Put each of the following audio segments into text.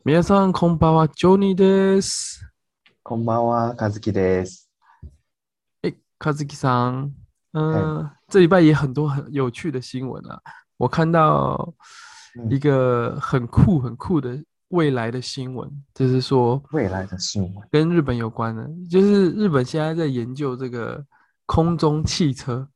皆さんこんばんは、ジョニーです。 こんばんは、和樹です。 哎，卡兹基桑， はい。 这礼拜也很多很有趣的新闻啊。我看到一嗯， 个很酷很酷的未来的新闻，就是说未来的新闻。 跟日本有关的，就是日本现在在研究这个空中汽车。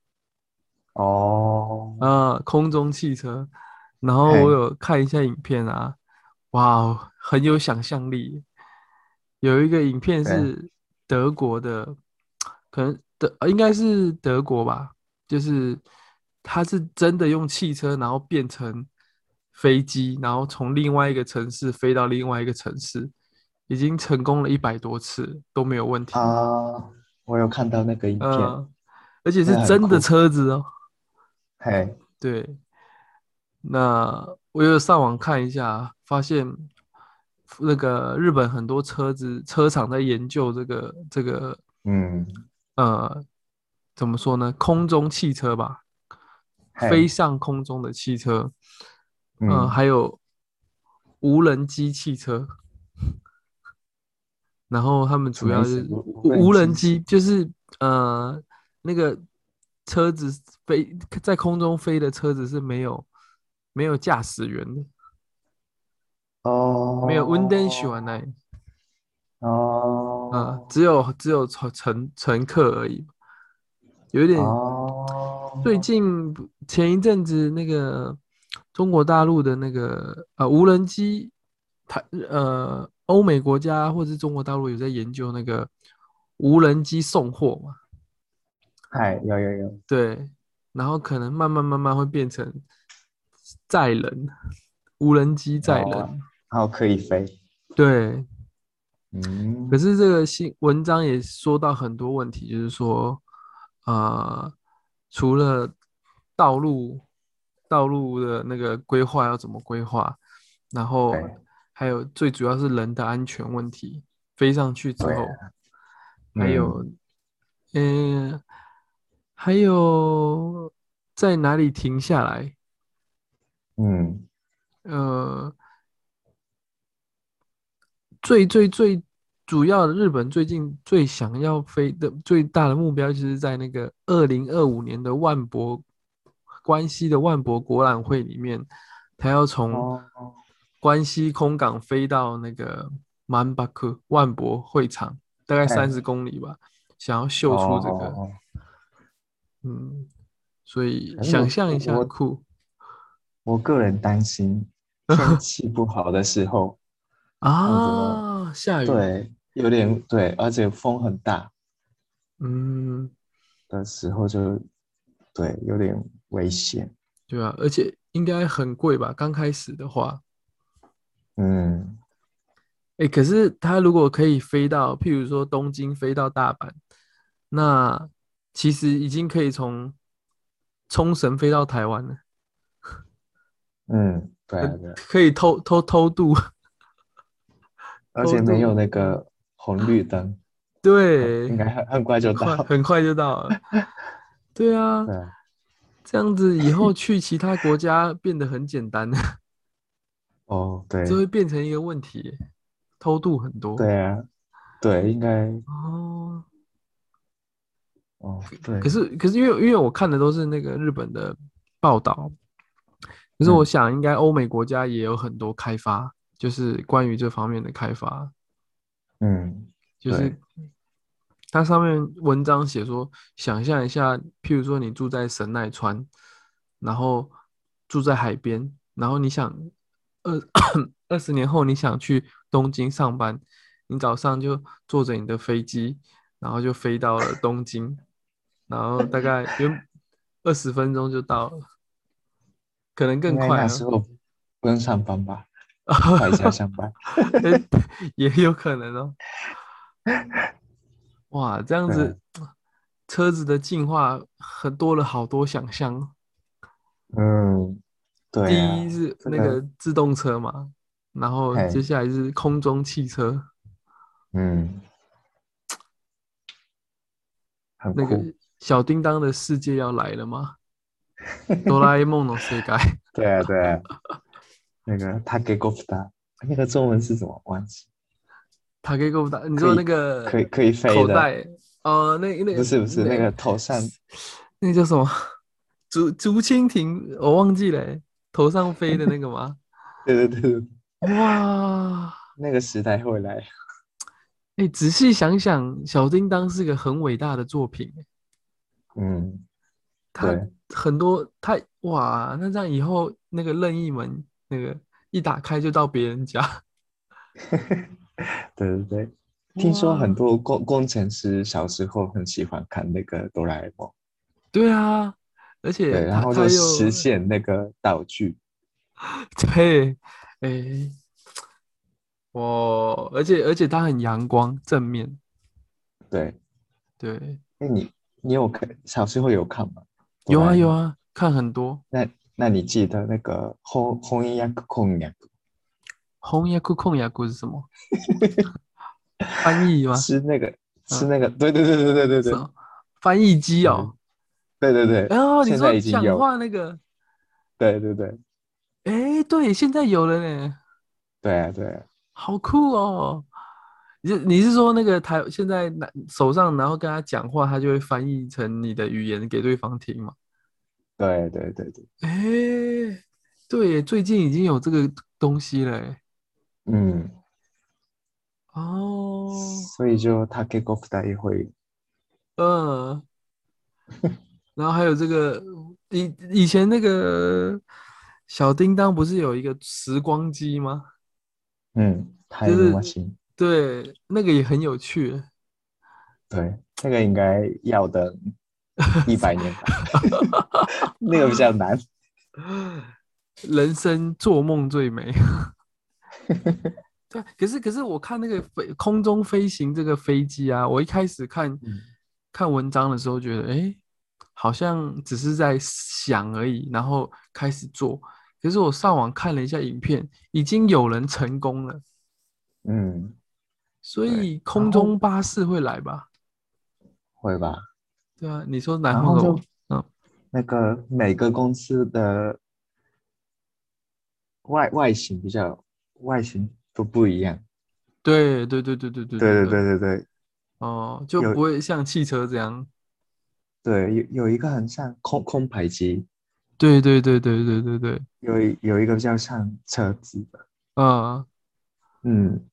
哦， 空中汽车，然后我嘿， 有看一下影片啊，哇哦，很有想象力。有一个影片对是德国的，可能应该是德国吧，就是它是真的用汽车，然后变成飞机，然后从另外一个城市飞到另外一个城市，已经成功了100多次都没有问题。 啊，我有看到那个影片， 嗯，而且是那个很真的酷。 车子哦。 嘿， 对，那我有上网看一下，发现那个日本很多车厂在研究这个嗯， 呃怎么说呢？空中汽车吧，飞嘿， 上空中的汽车， 嗯， 还有无人机汽车。然后他们什么意思？ 主要就是无无人人机， 机器？ 就是那个车子飞在空中飞的车子是没有驾驶员的，没有運転手哦， 啊那。 哦， 只有乘客而已，有一点。最哦， 近前一阵子那个中国大陆的那个无人机，欧美国家或者是中国大陆有在研究那个无人机送货嘛。 嗨，有， 对，然后可能慢慢会变成载人，无人机载哦， 人。 然后可以飞。 对，可嗯， 是这个新文章也说到很多问题，就是说，呃，除了道路道路的那个规划要怎么规划，然后对还有最主要是人的安全问题，飞上去之对， 后，还有， 嗯嗯、还有在哪里停下来， 嗯， 呃，最主要的，日本最近最想要飞的最大的目标，就是在那个2025年的关西的万博国览会里面，他要从哦， 关西空港飞到那个曼巴克万博会场，大概嘿， 30公里吧，想要秀出这个。 哦， 嗯，所以可是我想象一下很我酷。 我个人担心天气不好的时候，这样子呢， 啊，下雨。 对，有点对，而且风很大嗯， 的时候就对，有点危险。 对啊，而且应该很贵吧？刚开始的话。 嗯哎，可是它如果可以飞到，譬如说东京飞到大阪，那其实已经可以从冲绳飞到台湾了。 嗯，对啊对啊， 可以偷渡而且没有偷渡。 那个红绿灯，应对， 该很快就到。 很快就到了。对啊， 对啊， 这样子以后去其他国家变得很简单。 哦这对会变成一个问题耶，偷渡很多。 对啊，对，应该哦。 哦对， 可是因为我看的都是那个日本的报道，可是我嗯想应该欧美国家也有很多开发，就是关于这方面的开发。 嗯就是对， 它上面文章写说，想象一下，譬如说你住在神奈川，然后住在海边，然后你想二20年后你想去东京上班，你早上就坐着你的飞机，然后就飞到了东京，然后大概20分钟就到了，可能更应该快啊。 那时候不用上班吧？在家上班。 呃也有可能哦。哇，这样对啊， 子车子的进化很多了好多想象哦。 嗯，对第一啊， 是那个这个， 自动车嘛，然后接嘿， 下来是空中汽车。 嗯，很那个酷。 小叮当的世界要来了吗？哆啦 A 梦の世界。 对啊，对啊，那个他给 g o f t a 那个中文是什么？忘记。 塔给够大，你说那可以个可以飞的， 口袋那个不是那那个头上那个叫什么？竹蜻蜓，我忘记了欸，头上飞的那个吗？ 对对对对， 哇， 那个时代会来。 哎，仔细想想，小叮当是个很伟大的作品欸， 嗯， 它对很多哇，那这样以后那个任意门那个一打开就到别人家， 对对对，听说很哇， 多工程师小时候很喜欢看那个哆啦 A 梦， 对啊，而且对，然他后就他又实现那个道具， 对，哎，而且他很阳光正面， 对。 对， 那你有看小时候有看吗？哆有啦 A 梦？ 啊有啊，看很多那你记得那个红衣呀空呀红牙库控牙库是什么？翻译吗？ 吃那个吃嗯， 那个，对对对对对对对是哦，翻译机哦。 对对对对， 然后你现在说讲已经有， 话那个， 对对对哎，对，现在有了呢， 对啊对啊好酷哦！你是说那个现在拿手上，然后跟他讲话，他就会翻译成你的语言给对方听嘛？ 对对对对， 哎，对耶，最近已经有这个东西了耶。 嗯， 哦， 所以就他给 golf 大也会， 嗯，然后还有这个以前那个小叮当不是有一个时光机吗？就 time 是 machine， 对，那个也很有趣。 对，那个应该要等100年吧，那个比较难， 人生做梦最美。对，可是我看那个空中飞行这个飞机啊，我一开始嗯看文章的时候觉得，哎，好像只是在想而已，然后开始做。可是我上网看了一下影片，已经有人成功了， 嗯，对， 所以空然后中巴士会来吧？ 会吧， 对啊，你说来然后就换个我，嗯， 那个每个公司的外形都不一样。 对对对对对对对对对对， 对对对， 哦，就不有会像汽车这样。 对有一个很像空拍机， 对对对对对对对， 有一个比较像车子的， 啊、 嗯，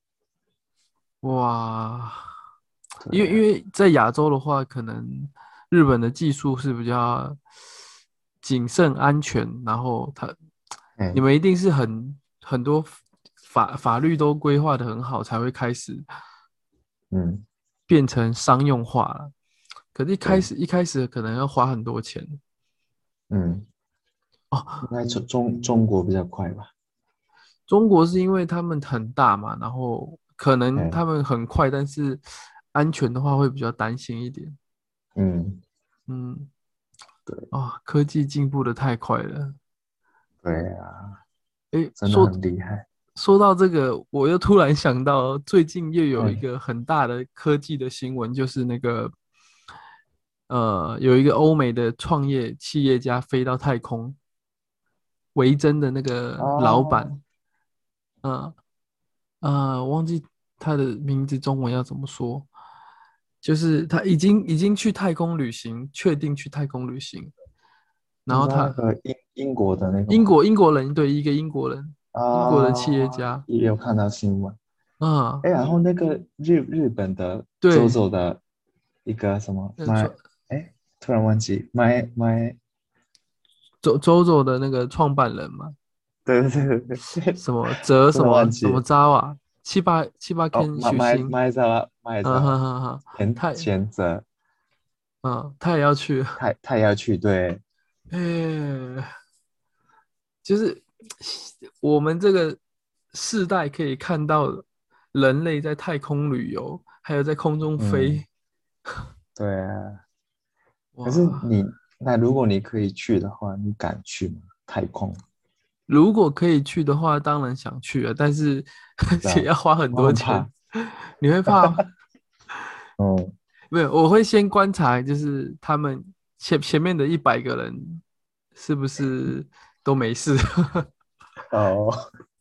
哇，因为因对啊， 为在亚洲的话，可能日本的技术是比较谨慎安全，然后你哎， 们一定是很多法律都规划的很好，才会开始嗯， 变成商用化了。可是对， 一开始可能要花很多钱嗯，应哦。 该中国比较快吧， 中国是因为他们很大嘛，然后可能哎， 他们很快，但是安全的话会比较担心一点。 嗯， 嗯， 对啊，科技进步的太快了。 对啊， 诶， 真的很厉害， 说到这个，我又突然想到，最近又有一哎， 个很大的科技的新闻，就是那个有一个欧美的创业企业家飞到太空，维珍的那个老哦， 板，嗯我忘记他的名字中文要怎么说，就是他已经去太空旅行，确定去太空旅行，然你说那后个英国的那个吗？ 英国人对一个英国人，英国的企业啊， 家， 也有看到新闻。 啊， 哎，然后那个日本的周对， 周的一个什么创哎，突然忘记买， 周的那个创办人嘛， 对对对对对， 什么泽突然忘什么记渣啊，七八哦， 根修心， 买嗯着哼哼哼， 前者他也要去， 他也要去，对， 哎，就是我们这个世代可以看到人类在太空旅游，还有在空中嗯， 飞， 对啊。可是哇！ 那如果你可以去的话，你敢去吗？太空， 如果可以去的话，当然想去啊，但是知道？ 也要花很我多钱。 很怕， 你会怕吗？ 嗯， 没有，我会先观察，就是他们前面的100个人是不是都没事。 哦，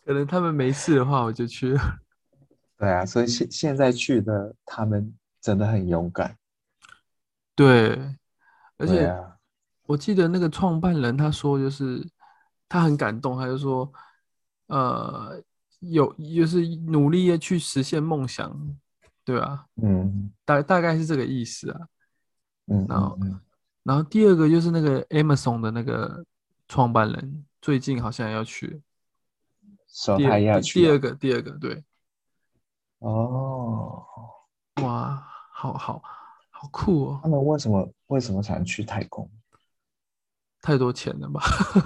可能他们没事的话，我就去了。 对啊，所以现在去的他们真的很勇敢。 对，而且对啊， 我记得那个创办人他说，就是他很感动，他就说，呃，就是努力的去实现梦想，对啊， 嗯大概是这个意思啊。 嗯然后， 嗯嗯， 然后第二个就是那个 Amazon 的那个创办人，最近好像要去。第二说他也要第第二去哦。 个第二个，对， 哦， 哇，好酷哦， 他们为什么想去太空？ 太多钱了吧？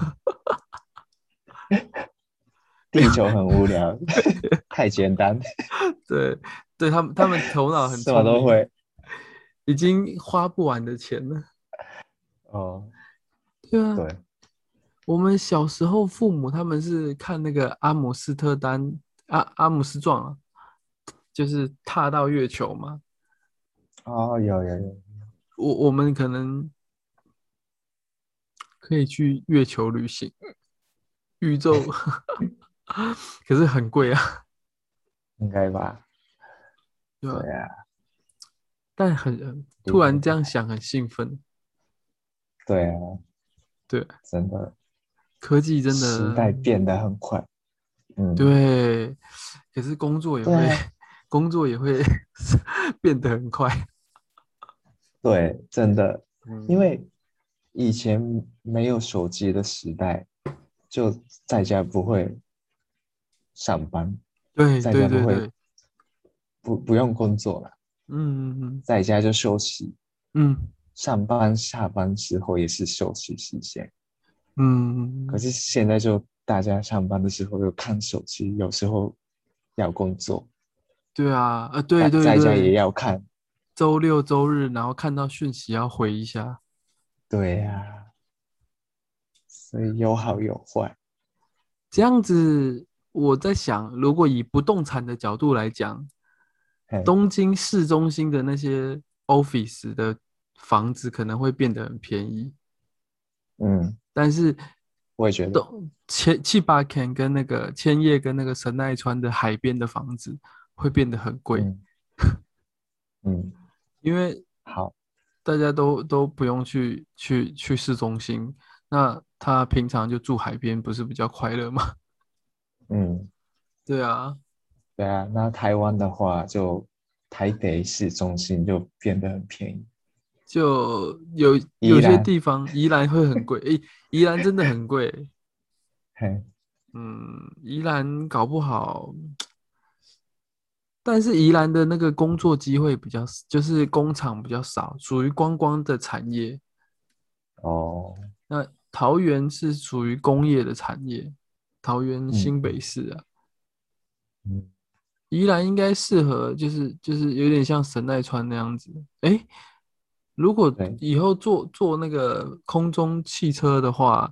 没有， 地球很无聊，太简单， 对对，他们头脑很什么聪明， 都会。 已经花不完的钱了。 哦， 对啊， 对， 我们小时候父母他们是看那个阿姆斯壮啊，就是踏到月球嘛。 哦，有， 我们可能可以去月球旅行，宇宙，可是很贵啊， 应该吧？ 对吧？ 对啊， 但突然这厉害厉害。 样想，很兴奋。 对啊， 对， 真的， 科技真时的， 代变得很快。嗯， 对，可是工作也会， 对啊， 工作也会变得很快。 对，真的，因嗯， 为以前没有手机的时代，就在家不会上班， 对在家不会对对对， 不用工作了， 嗯嗯在家就休息， 嗯上班下班时候也是休息时间。可嗯， 是现在就大家上班的时候又看手机，有时候要工作， 对啊，对在对在家也对， 要看。 周六周日，然后看到讯息要回一下， 对呀、所以有好有坏。 这样子。我在想，如果以不动产的角度来讲， 嘿， 东京市中心的那些 office 的房子可能会变得很便宜， 嗯， 但是我也觉得， 七八 Ken 跟那个千叶跟那个神奈川的海边的房子会变得很贵， 嗯嗯， 因为好， 大家都不用去市中心，那他平常就住海边，不是比较快乐吗？ 嗯， 对啊， 对啊。那台湾的话，就台北市中心就变得很便宜， 就有些宜兰， 地方宜兰会很贵，诶，宜兰真的很贵， 嘿， 嗯，宜兰搞不好，但是宜兰的那个工作机会比较，就是工厂比较少，属于观光的产业。 哦， 那桃园是属于工业的产业，桃园新北嗯嗯市啊， 嗯， 宜兰应该适合，就是有点像神奈川那样子。诶，如果对， 以后坐那个空中汽车的话，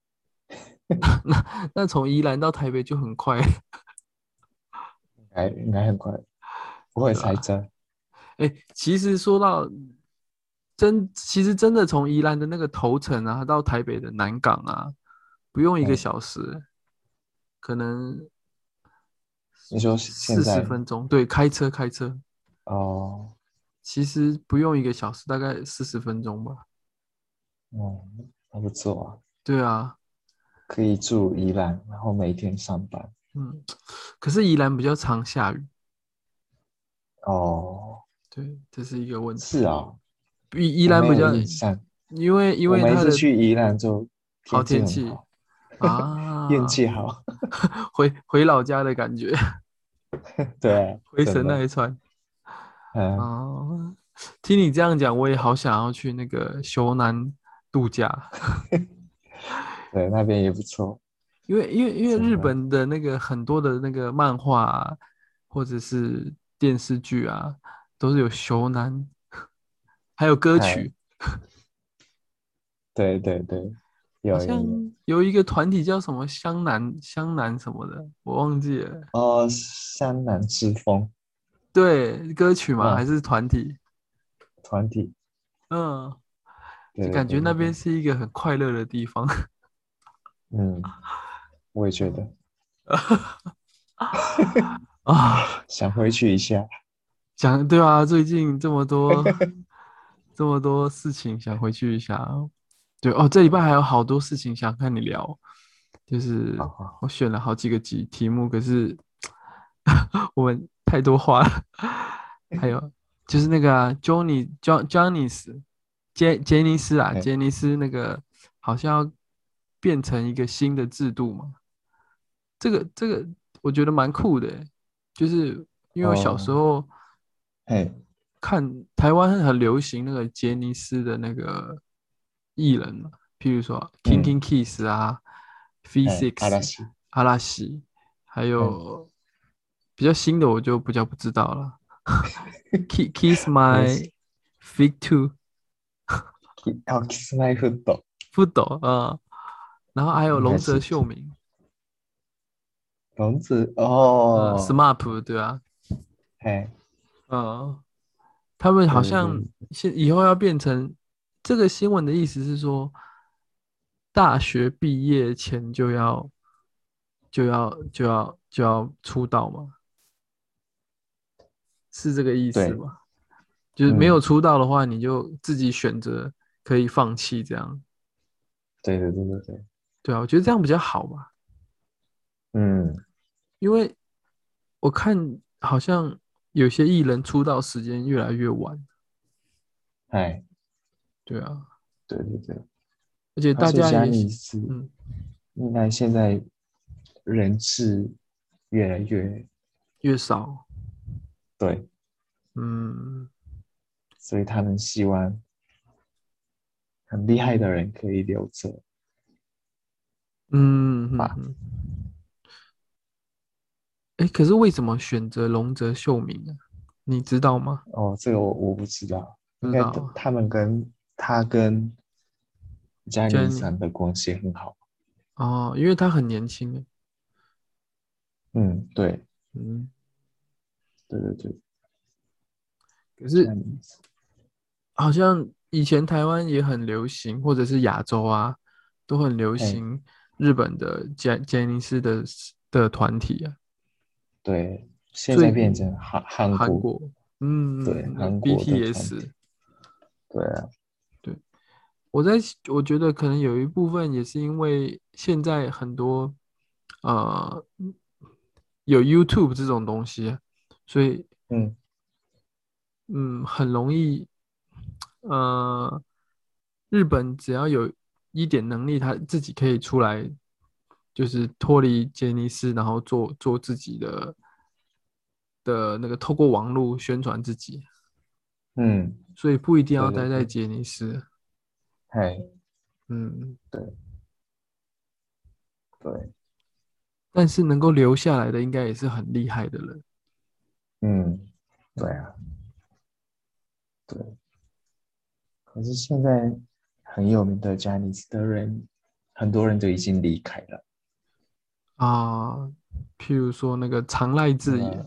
那从宜兰到台北就很快， 应该很快，不会对吧？ 塞车。 哎，其实真的从宜兰的那个头城啊，到台北的南港啊，不用一个嘿， 小时，可能你说现四十在， 分钟。对，开车， 哦， 其实不用一个小时，大概40分钟吧。 哦，还不错啊， 对啊， 可以住宜兰，然后每天上班。 嗯，可是宜兰比较常下雨， 哦， 对，这是一个问题。 是啊， 比宜我没有兰比较， 印象。 因我每次为它的去宜兰就好天气天气很好，运啊， 气好。 回老家的感觉， 对啊， 回神真的， 奈川。 嗯， 哦，听你这样讲，我也好想要去那个修南度假， 对，那边也不错， 因为日真的。 本的那个很多的那个漫画啊，或者是电视剧啊，都是有修南，还有歌嗨， 曲， 对对对， 好像有有有。 有一个团体叫什么湘南什么的，我忘记了。 哦，山南之风， 对，歌曲吗？还哇， 是团体？ 团体， 嗯，就对感觉那对对， 边是一个很快乐的地方。 嗯，我也觉得， 啊， 想回去一下。 讲对啊，最近这么多事情，想回去一下。对哦，这礼拜还有好多事情想跟你聊，就是哦， 我选了好几个题目，可是我们太多话了。还有就是那个Johnny 杰尼斯啊， 哎， 杰尼斯那个好像要变成一个新的制度嘛。这个我觉得蛮酷的欸，就是因为我小时哦， 候嘿， 看台湾很流行那个杰尼斯的那个艺人嘛，譬如说嗯， KinKi Kiss 啊哎，阿拉 ，V6、 西， 阿拉西，还嗯， 有比较新的我就比较不知道了。Kiss 没事。 My Feet Too キスマイフット不懂啊，然后还有龙泽应该是秀明， 笼子哦， SMAP 对啊， 哎， 他们好像对对对以后要变成这个新闻的意思是说，大学毕业前就要出道吗？是这个意思对， 吗？就是没有嗯， 出道的话，你就自己选择可以放弃这样。 对对对对对， 对啊，我觉得这样比较好吧， 嗯， 因为我看好像有些艺人出道时间越来越晚。 哎， 对啊， 对对对， 而且大而且佳家也喜尼斯嗯应该现在人质越来越越少， 对， 嗯所以他们希望很厉害的人可以留着吧。 嗯嗯。哎，可是为什么选择龙泽秀明呢？你知道吗？ 哦，这个我不知道， 不应该知道啊他跟佳尼桑 ，Jenny 的关系很好。 哦，因为他很年轻诶， 嗯，对嗯， 对对对， 可是佳尼桑， 好像以前台湾也很流行，或者是亚洲啊，都很流嘿， 行日本的杰尼斯的团体啊， 对，现在所以变成韩国， 韩国，那对韩国的团体， BTS， 对啊， 对，我觉得可能有一部分也是因为现在很多呃有 YouTube 这种东西啊，所以嗯很容易呃日本只要有一点能力，他自己可以出来，就是脱离杰尼斯，然后做自己的那个透过网络宣传自己， 嗯， 所以不一定要对对对， 待在杰尼斯， 嘿， 嗯， 对对， 但是能够留下来的应该也是很厉害的人。 嗯，对嗯啊，对。可是现在很有名的加尼斯的人，很多人都已经离开了。 啊，譬如说那个长濑智也， 那个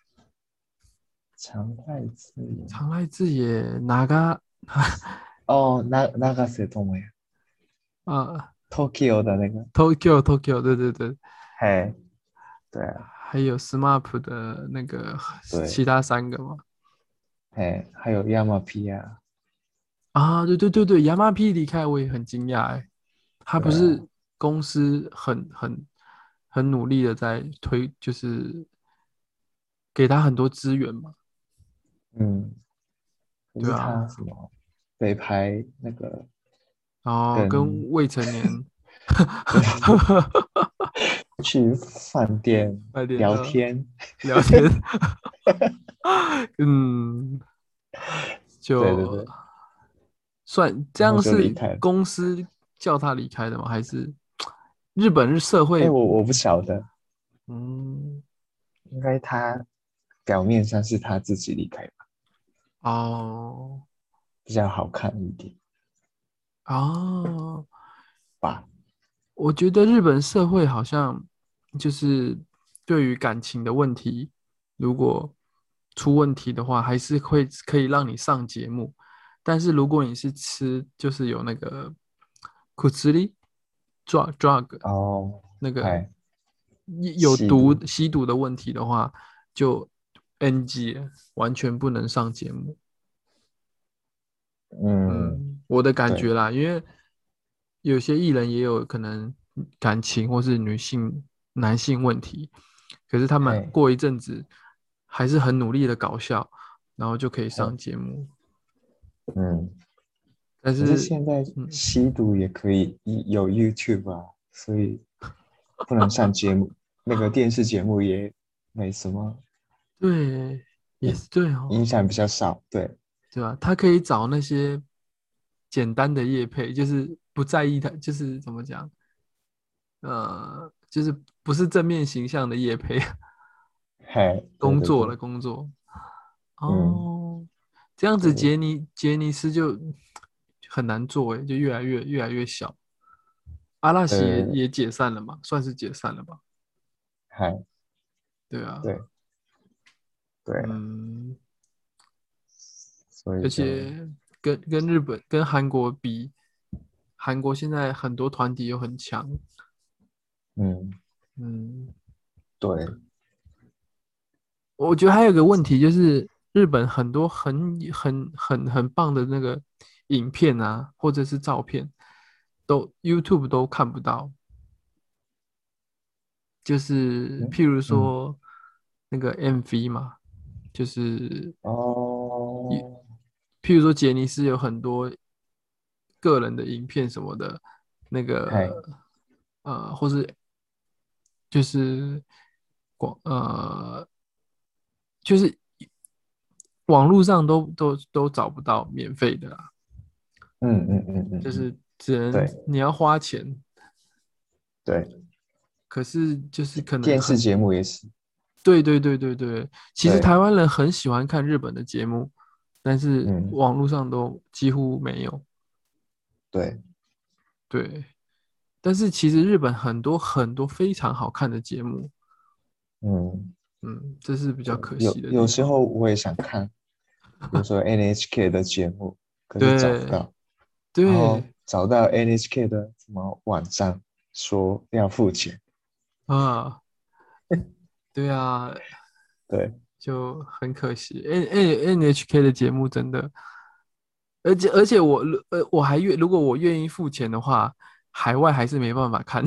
长濑智也， 长濑智也哪个哦，那个谁懂没啊 ？Tokyo 的那个， ？Tokyo，对对对， 嘿，对啊， 还有 SMAP 的那个其对， 他三个嘛。 嘿，还有亚麻皮啊， 啊，对对对对，亚麻皮离开我也很惊讶哎，他对啊， 不是公司很努力的在推，就是给他很多资源嘛。 嗯，可是对啊， 他什么北拍那个然后跟跟未成年对去饭店快点聊天， 聊天，嗯，就对对对， 算这然后样是就离开了。 公司叫他离开的吗？还是日本日社哎， 会？ 我不晓得， 嗯， 应该他表面上是他自己离开吧， 哦比较好看一点哦， 吧。 我觉得日本社会好像就是对于感情的问题，如果出问题的话，还是会可以让你上节目。但是如果你是吃，就是有那个苦吃力 drug 哦， 那个， 嗨， 有吸毒， 吸毒的问题的话，就 NG 了，完全不能上节目。 嗯， 嗯，我的感对， 觉啦，因为有些艺人也有可能感情或是女性、男性问题，可是他们嘿， 过一阵子还是很努力的搞笑，然后就可以上嘿， 节目。 嗯，可是但是， 现在嗯， 吸毒也可以有 YouTube 啊，所以不能上节目，那个电视节目也没什么对，也影是对哦。 影响比较少，对， 对吧？他可以找那些简单的业配，就是不在意他，就是怎么讲，就是不是正面形象的业配， 嘿，对工作了对对， 工作。 嗯， 哦，这样子对， 杰尼斯就很难做诶，就越来越小。阿拉西呃， 也解散了嘛，算是解散了吧？ 嗨， 对啊， 对对啊， 嗯，而所以就且跟日本跟韩国比，韩国现在很多团体又很强， 嗯， 嗯。 对， 我觉得还有个问题就是，日本很多很棒的那个影片啊，或者是照片，都 YouTube 都看不到。就是嗯譬如嗯， 说那个 MV 嘛，就是一哦， 譬如说杰尼斯有很多个人的影片什么的，那嗨， 个或是就是就是网络上都找不到免费的啦。 嗯嗯嗯嗯嗯， 就是只能对你要花钱， 对， 可是就是可能电视很， 节目也是， 对，其实台对， 湾人很喜欢看日本的节目，但是嗯网络上都几乎没有。 对， 对，但是其实日本很多非常好看的节目， 嗯嗯，这是比较对， 可惜的有时候地方。 我也想看，比如说 NHK 的节目，可是找不对到，然后对找到 NHK 的什么网站说要付钱， 啊，对啊， 对， 就很可惜。NHK 的节目真的。而且我如果我愿意付钱的话，海外还是没办法看，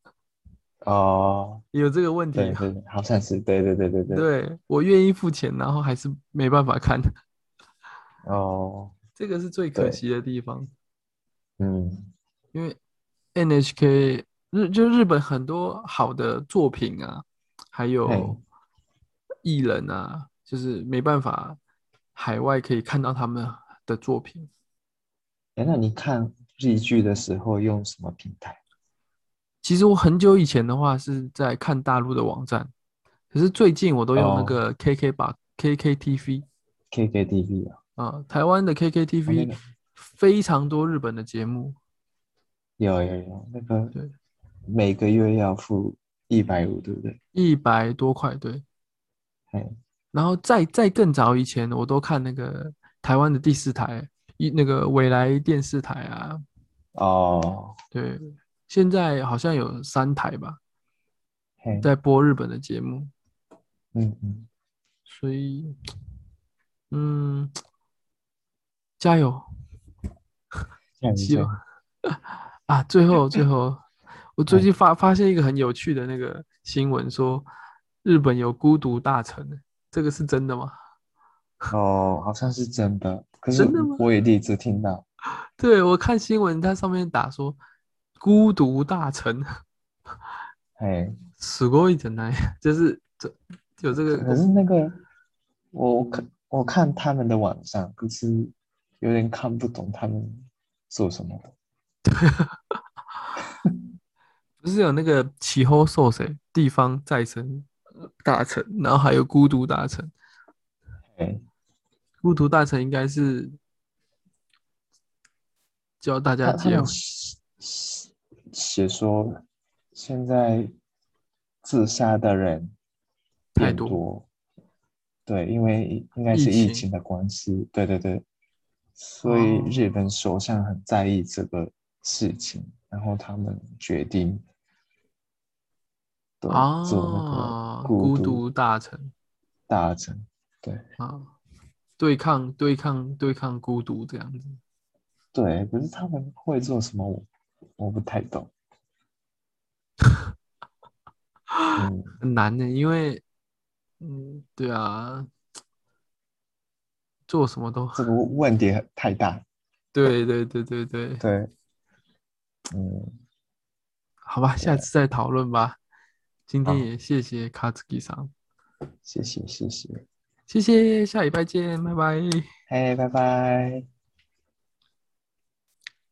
哦， 有这个问题。 对对对，好像是，对对对对对， 对，我愿意付钱，然后还是没办法看， 哦， 这个是最可对， 惜的地方。 嗯， 因为 NHK 日本很多好的作品啊，还嘿， 有艺人啊，就是没办法海外可以看到他们的作品。 哎，那你看日剧的时候用什么平台？ 其实我很久以前的话是在看大陆的网站，可是最近我都用那哦个 KK 吧，KKTV ，KKTV 啊， 啊，台湾的哦，那 KKTV 个非常多日本的节目， 有，那个对， 每个月要付150，对不对？ 100多块，对。 嘿， 然后再更早以前，我都看那个台湾的第四台，那个未来电视台啊， 哦， 对，现在好像有3台吧， 嘿， 在播日本的节目， 嗯嗯， 所以嗯，加油， 这样子这样， 希望啊，最后，我最嘿， 近发现一个很有趣的那个新闻，说日本有孤独大臣，这个是真的吗？ 哦，好像是真的，可是真的吗？ 我也第一次听到， 对，我看新闻，它上面打说孤独大臣， 嘿， すごいじゃない，就是有这个可是那个我看他们的网站，可是有点看不懂他们做什么的， 不是有那个起后受谁地方再生大臣，然后还有孤独大臣， 嘿， 孤独大臣应该是教大家他们结婚写说，现在自杀的人太多， 变多，对，因为应该是疫疫情情的关系，对对对，所以哦， 日本首相很在意这个事情，然后他们决定对，做那个啊，孤孤独独大臣大臣，对啊，对抗孤独这样子， 对，可是他们会做什么我不太懂。嗯， 很难的，因为对啊，做什么都这个问题太大。 对对对对对， 对，嗯， 好吧， 对啊， 下次再讨论吧。今天好， 也谢谢卡兹基桑， 谢谢谢谢， 谢谢，下礼拜见，拜拜。 嘿，拜拜。